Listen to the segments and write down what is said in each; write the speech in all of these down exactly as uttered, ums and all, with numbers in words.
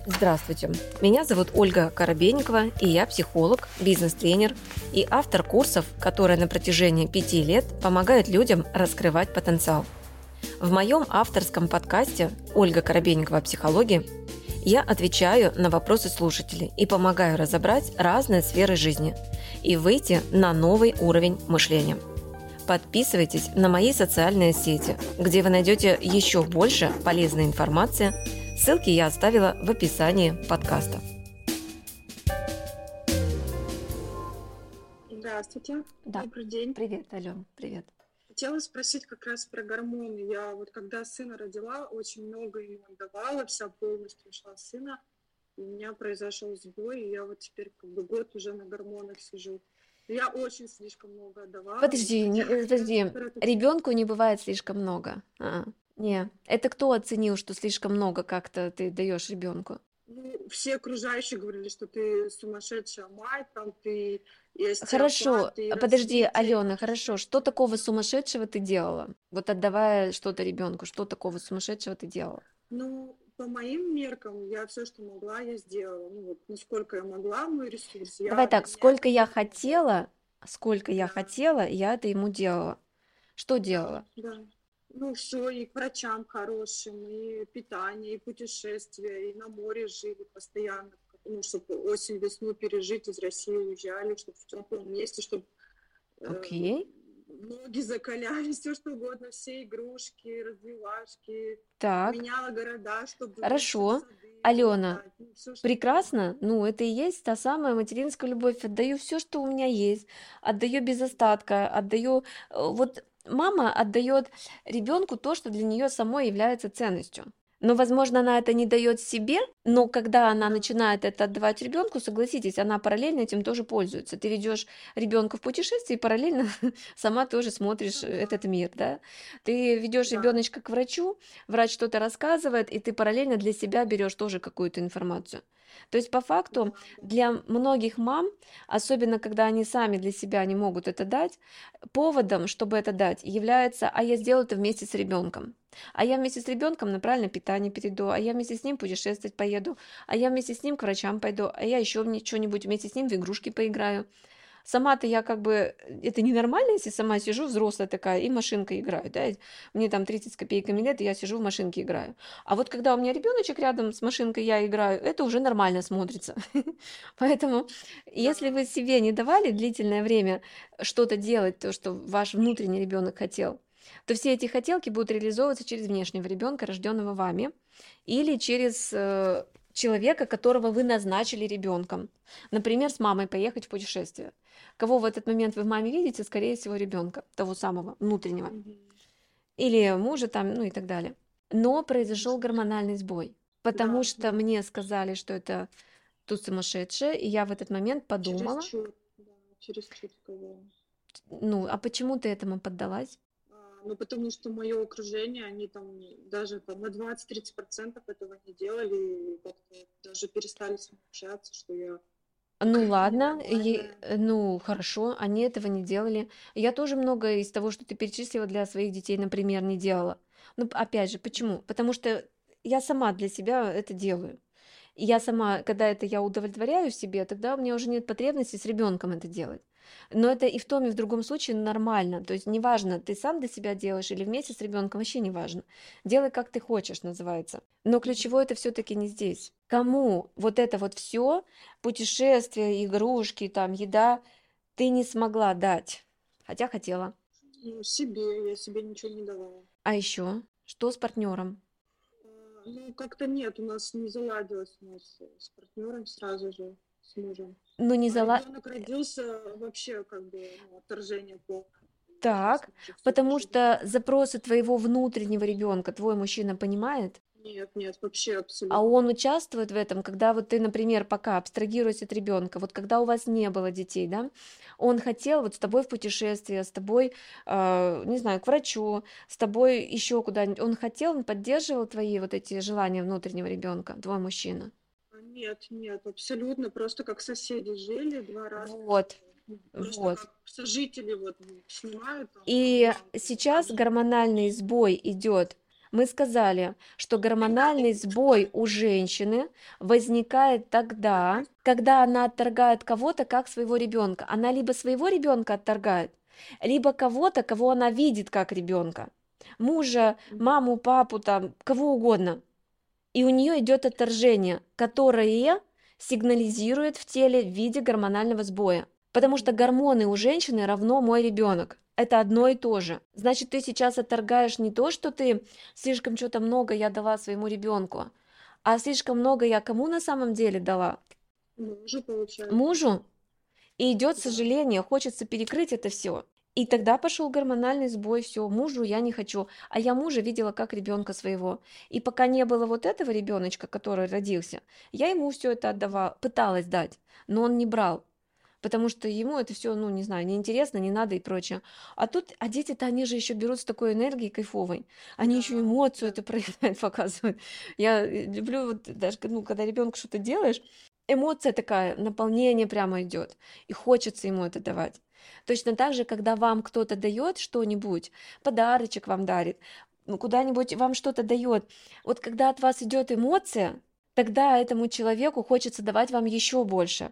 Здравствуйте, меня зовут Ольга Коробейникова, и я психолог, бизнес-тренер и автор курсов, которые на протяжении пяти лет помогают людям раскрывать потенциал. В моем авторском подкасте «Ольга Коробейникова о психологии» я отвечаю на вопросы слушателей и помогаю разобрать разные сферы жизни и выйти на новый уровень мышления. Подписывайтесь на мои социальные сети, где вы найдете еще больше полезной информации. Ссылки я оставила в описании подкаста. Здравствуйте. Да. Добрый день. Привет, Ален. Привет. Хотела спросить как раз про гормоны. Я вот когда сына родила, очень много ему давала, вся полностью ушла с сына. И у меня произошел сбой, и я вот теперь как бы год уже на гормонах сижу. Я очень слишком много отдавала. Подожди, не, подожди. Ребенку не бывает слишком много. А, не. Это кто оценил, что слишком много как-то ты даешь ребенку? Ну, все окружающие говорили, что ты сумасшедшая мать, там ты есть. Хорошо, подожди, Алена, хорошо. Что такого сумасшедшего ты делала? Вот отдавая что-то ребенку, что такого сумасшедшего ты делала? Ну, по моим меркам, я все, что могла, я сделала. Ну, вот, насколько я могла, мой ресурс. Давай Я так, сколько я хотела, сколько я Да. хотела, я это ему делала. Что делала? Да. Ну, все, и к врачам хорошим, и питание, и путешествия, и на море жили постоянно, ну, чтобы осень, весну пережить, из России уезжали, чтобы в теплом месте, чтобы Окей. ноги закаляли, все что угодно, все игрушки, развивашки, Так, меняла города, чтобы хорошо. лучше в сады Алена, летать, ну, всё, что прекрасно. Ну, это и есть та самая материнская любовь. Отдаю все, что у меня есть. Отдаю без остатка. Отдаю. э, Вот мама отдает ребенку то, что для нее самой является ценностью. Но, возможно, она это не дает себе, но когда она Да. начинает это отдавать ребенку, согласитесь, она параллельно этим тоже пользуется. Ты ведешь ребенка в путешествие и параллельно сама тоже смотришь Ну э, да. этот мир, да? Ты ведешь Да. ребеночка к врачу, врач что-то рассказывает, и ты параллельно для себя берешь тоже какую-то информацию. То есть по факту Да, да. для многих мам, особенно когда они сами для себя не могут это дать, поводом, чтобы это дать, является, а я сделаю это вместе с ребенком. А я вместе с ребенком на правильное питание перейду, а я вместе с ним путешествовать поеду, а я вместе с ним к врачам пойду, а я еще что-нибудь вместе с ним в игрушки поиграю. Сама-то я как бы, это ненормально, если сама сижу, взрослая такая, и машинкой играю, да, и мне там тридцать с копейками лет, и я сижу в машинке играю. А вот когда у меня ребеночек рядом с машинкой, я играю, это уже нормально смотрится. Поэтому, если Да. вы себе не давали длительное время что-то делать, то, что ваш внутренний ребенок хотел, то все эти хотелки будут реализовываться через внешнего ребенка, рожденного вами, или через э, человека, которого вы назначили ребенком. Например, с мамой поехать в путешествие. Кого в этот момент вы в маме видите? Скорее всего, ребенка, того самого внутреннего. Мгм. Или мужа там, ну и так далее. Но произошел гормональный сбой, потому Да, что да. мне сказали, что это тут сумасшедшая, и я в этот момент подумала, Чересчур, да, чересчур сказала. ну, а почему ты этому поддалась? А, Ну, потому что мое окружение, они там даже там на двадцать-тридцать процентов этого не делали, и как-то даже перестали с ним общаться, что я Ну какая-то ладно, и, ненормальная. э, ну хорошо, они этого не делали. Я тоже многое из того, что ты перечислила для своих детей, например, не делала. Ну, п- опять же, почему? Потому что я сама для себя это делаю. И я сама, когда это я удовлетворяю себе, тогда у меня уже нет потребности с ребенком это делать. Но это и в том, и в другом случае нормально. То есть неважно, ты сам для себя делаешь или вместе с ребенком, вообще не важно. Делай, как ты хочешь, называется. Но Мгм. ключевое это все-таки не здесь. Кому вот это вот все, путешествия, игрушки, там, еда, ты не смогла дать, хотя хотела. Ну, себе, я себе ничего не давала. А еще, что с партнером? А, Ну, как-то нет, у нас не заладилось у нас с партнером сразу же, с мужем. Ну, не А зала... ребенок родился вообще как бы ну, отторжение полное. И сейчас Так, мы уже все потому поживем. что запросы твоего внутреннего ребенка твой мужчина понимает, Нет, нет, вообще а абсолютно. он участвует в этом, когда вот ты, например, пока абстрагируясь от ребенка, вот когда у вас не было детей, да, он хотел вот с тобой в путешествие, с тобой, э, не знаю, к врачу, с тобой еще куда-нибудь, он хотел, он поддерживал твои вот эти желания внутреннего ребенка, твой мужчина. А, Нет, нет, абсолютно. Просто как соседи жили два раза. Вот, Ну, Просто вот. как сожители вот м, снимают там И коммуналку. Так сейчас же. гормональный сбой идет. Мы сказали, что гормональный сбой у женщины возникает тогда, когда она отторгает кого-то как своего ребенка. Она либо своего ребенка отторгает, либо кого-то, кого она видит как ребенка. Мужа, маму, папу, там, кого угодно. И у нее идет отторжение, которое сигнализирует в теле в виде гормонального сбоя. Потому что гормоны у женщины равно мой ребенок. Это одно и то же. Значит, ты сейчас отторгаешь не то, что ты слишком что-то много я дала своему ребенку, а слишком много я кому на самом деле дала? Мужу, получается. Мужу. И идет Да. сожаление, хочется перекрыть это все. И тогда пошел гормональный сбой, все, мужу я не хочу. А я мужа видела как ребенка своего. И пока не было вот этого ребеночка, который родился, я ему все это отдавала, пыталась дать, но он не брал. Потому что ему это все, ну, не знаю, неинтересно, не надо и прочее. А тут, а дети-то, они же еще берут с такой энергией кайфовой. Они еще Да, эмоцию да. это проявляют, показывают. Я э, люблю, вот, даже, ну, когда ребенку что-то делаешь, эмоция такая, наполнение прямо идет. И хочется ему это давать. Точно так же, когда вам кто-то дает что-нибудь, подарочек вам дарит, ну, куда-нибудь вам что-то дает. Вот когда от вас идет эмоция, тогда этому человеку хочется давать вам еще больше.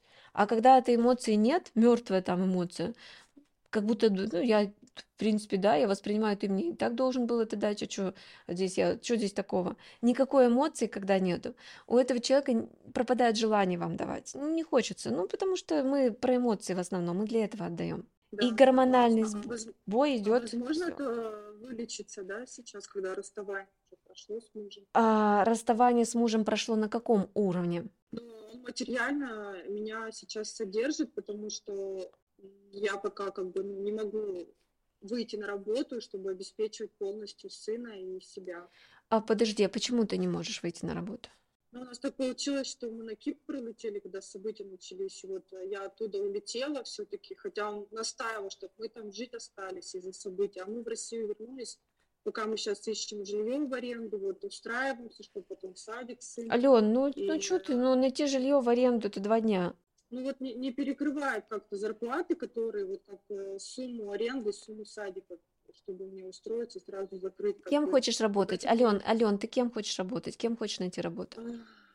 А когда этой эмоции нет, мертвая там эмоция, как будто, ну, я, в принципе, да, я воспринимаю, ты мне и так должен был это дать, а что здесь я, что здесь такого? Никакой эмоции, когда нету, у этого человека н- пропадает желание вам давать. Ну, не хочется, ну, потому что мы про эмоции в основном, мы для этого отдаем. И Да, гормональный согласна. А, сбой воз- а идет возможно все. это вылечиться, да, сейчас, когда расставание уже прошло с мужем? А расставание с мужем прошло на каком уровне? Ну, он материально меня сейчас содержит, потому что м, я пока как бы ну, не могу выйти на работу, чтобы обеспечивать полностью сына и себя. А подожди, а почему ты не можешь выйти на работу? Но у нас так получилось, что мы на Кипр прилетели, когда события начались, и вот э, я оттуда улетела все-таки, хотя он настаивал, чтобы мы там жить остались из-за событий, а мы в Россию вернулись, пока мы сейчас ищем жилье в аренду, вот устраиваемся, чтобы потом в садик сын. Ален, ну, ну И что ты, э, ну найти жилье в аренду это два дня. ну вот не, не перекрывает как-то зарплаты, которые вот как э, сумму аренды, сумму садика, чтобы мне устроиться, сразу закрыть как Кем бы. хочешь И работать? поэтому Ален, Ален, ты кем хочешь работать? Кем хочешь найти работу? ах,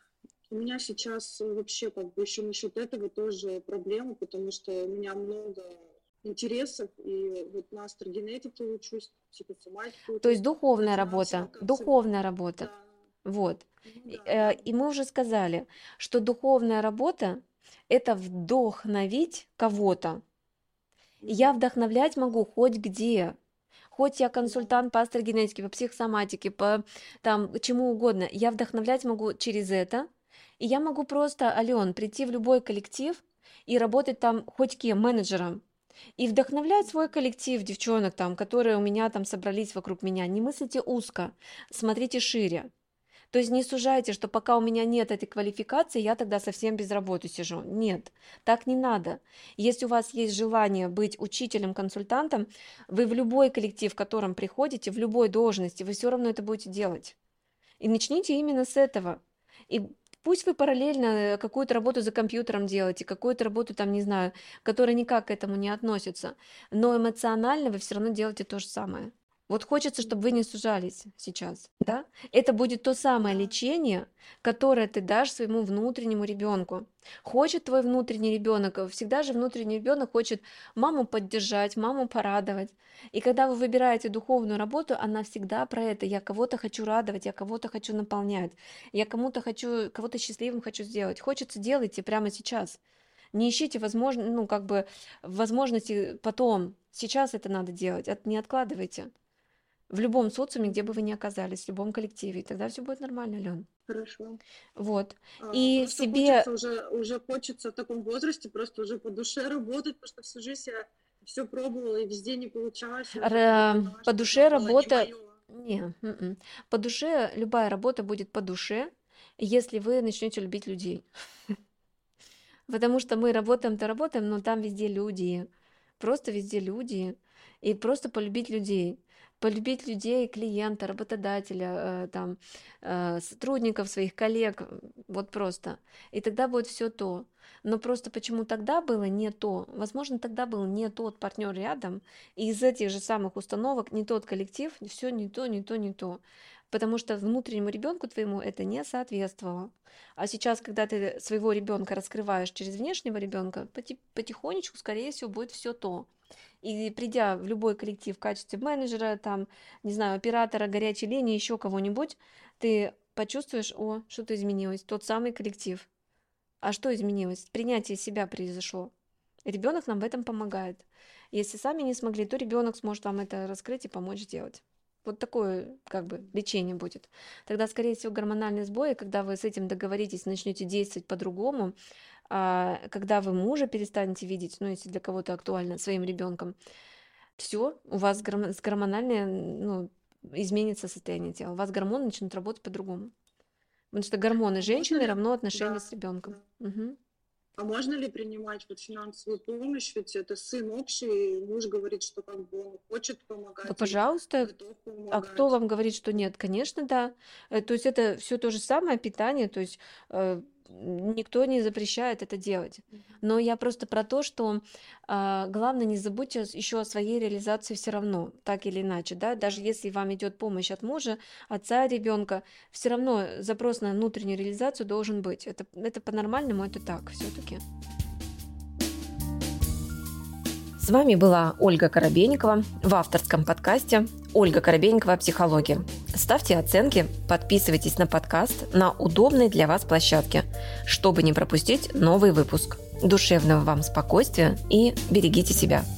у меня сейчас э, вообще как бы еще насчет этого тоже проблема, потому что у меня много интересов, и вот на астрогенетике учусь, психосоматике То есть учусь, духовная работа, резонансико, концеп- духовная работа. да, Вот. ну И да, э, да. и мы уже сказали, что духовная работа– это вдохновить кого-то. И я Мгм. вдохновлять могу хоть где. Хоть я Да. консультант по астрогенетике, по психосоматике, по там чему угодно. Я вдохновлять могу через это. И я могу просто, Ален, прийти в любой коллектив и работать там хоть кем, менеджером. И вдохновлять свой коллектив, девчонок там, которые у меня там собрались вокруг меня. Не мыслите узко, смотрите шире. То есть не сужайте, что пока у меня нет этой квалификации, я тогда совсем без работы сижу. Нет, так не надо. Если у вас есть желание быть учителем, консультантом, вы в любой коллектив, в котором приходите, в любой должности, вы все равно это будете делать. И начните именно с этого. И пусть вы параллельно э, какую-то работу за компьютером делаете, какую-то работу там, не знаю, которая никак к этому не относится, но эмоционально вы все равно делаете то же самое. Вот хочется, чтобы вы Мгм. не сужались сейчас, да? Это будет то самое Да. лечение, которое ты дашь своему внутреннему ребенку. Хочет твой внутренний ребенок, э, всегда же внутренний ребенок хочет маму поддержать, маму порадовать. И когда вы выбираете духовную работу, она всегда про это. Я кого-то хочу радовать, я кого-то хочу наполнять, я кому-то хочу, кого-то счастливым хочу сделать. Хочется, делайте прямо сейчас. Не ищите возможно, ну, как бы возможности потом. Сейчас это надо делать, от- не откладывайте. В любом социуме, где бы Мгм. вы ни оказались, в любом коллективе, и тогда все будет нормально, Лен. Хорошо. Вот. А, И просто себе хочется уже, уже хочется в таком возрасте просто уже по душе работать, потому что всю жизнь я все пробовала и везде не получалось, и уже как бы ра- поняла, по что это душе было не работа... мое. Не, м-м. По душе, любая работа будет по душе, если вы начнете любить людей. Потому что мы работаем-то работаем, но там везде люди. Просто везде люди. И просто полюбить людей. полюбить людей, клиента, работодателя, э, там, э, сотрудников своих, коллег, э, вот просто. И тогда будет все то. Но просто почему тогда было не то? Возможно, тогда был не тот партнер рядом, и из этих же самых установок не тот коллектив, все не то, не то, не то. Потому что внутреннему ребенку твоему это не соответствовало. А сейчас, когда ты своего ребенка раскрываешь через внешнего ребенка, потихонечку, скорее всего, будет все то. И придя в любой коллектив в качестве менеджера, там, не знаю, оператора, горячей линии, еще кого-нибудь, ты почувствуешь, о, что-то изменилось, тот самый коллектив. А что изменилось? Принятие себя произошло. Ребенок нам в этом помогает. Если сами не смогли, то ребенок сможет вам это раскрыть и помочь сделать. Вот такое как бы лечение будет. Тогда, скорее всего, гормональные сбои, когда вы с этим договоритесь, начнете действовать по-другому, а, когда вы мужа перестанете видеть, ну, если для кого-то актуально, своим ребенком, все, у вас гормон- с гормональное, ну, изменится состояние тела, у вас гормоны начнут работать по-другому. Потому что гормоны А можно женщины ли, равно отношения да, с ребенком. да. Мгм. А можно ли принимать вот финансовую помощь? Ведь это сын общий, и муж говорит, что как бы он хочет Да, помогать и пожалуйста. готов А кто помогать. вам говорит, что нет? Конечно, да. Э, То есть это все то же самое питание, то есть э, никто не запрещает это делать. Мгм. Но я просто про то, что а, главное не забудьте еще о своей реализации все равно, так или иначе, да, даже Да. если вам идет помощь от мужа, отца ребенка, все равно запрос на внутреннюю реализацию должен быть. Это, это по-нормальному, это так все-таки. С вами была Ольга Коробейникова в авторском подкасте «Ольга Коробейникова. Психология». Ставьте оценки, подписывайтесь на подкаст на удобной для вас площадке, чтобы не пропустить новый выпуск. Душевного вам спокойствия и берегите себя.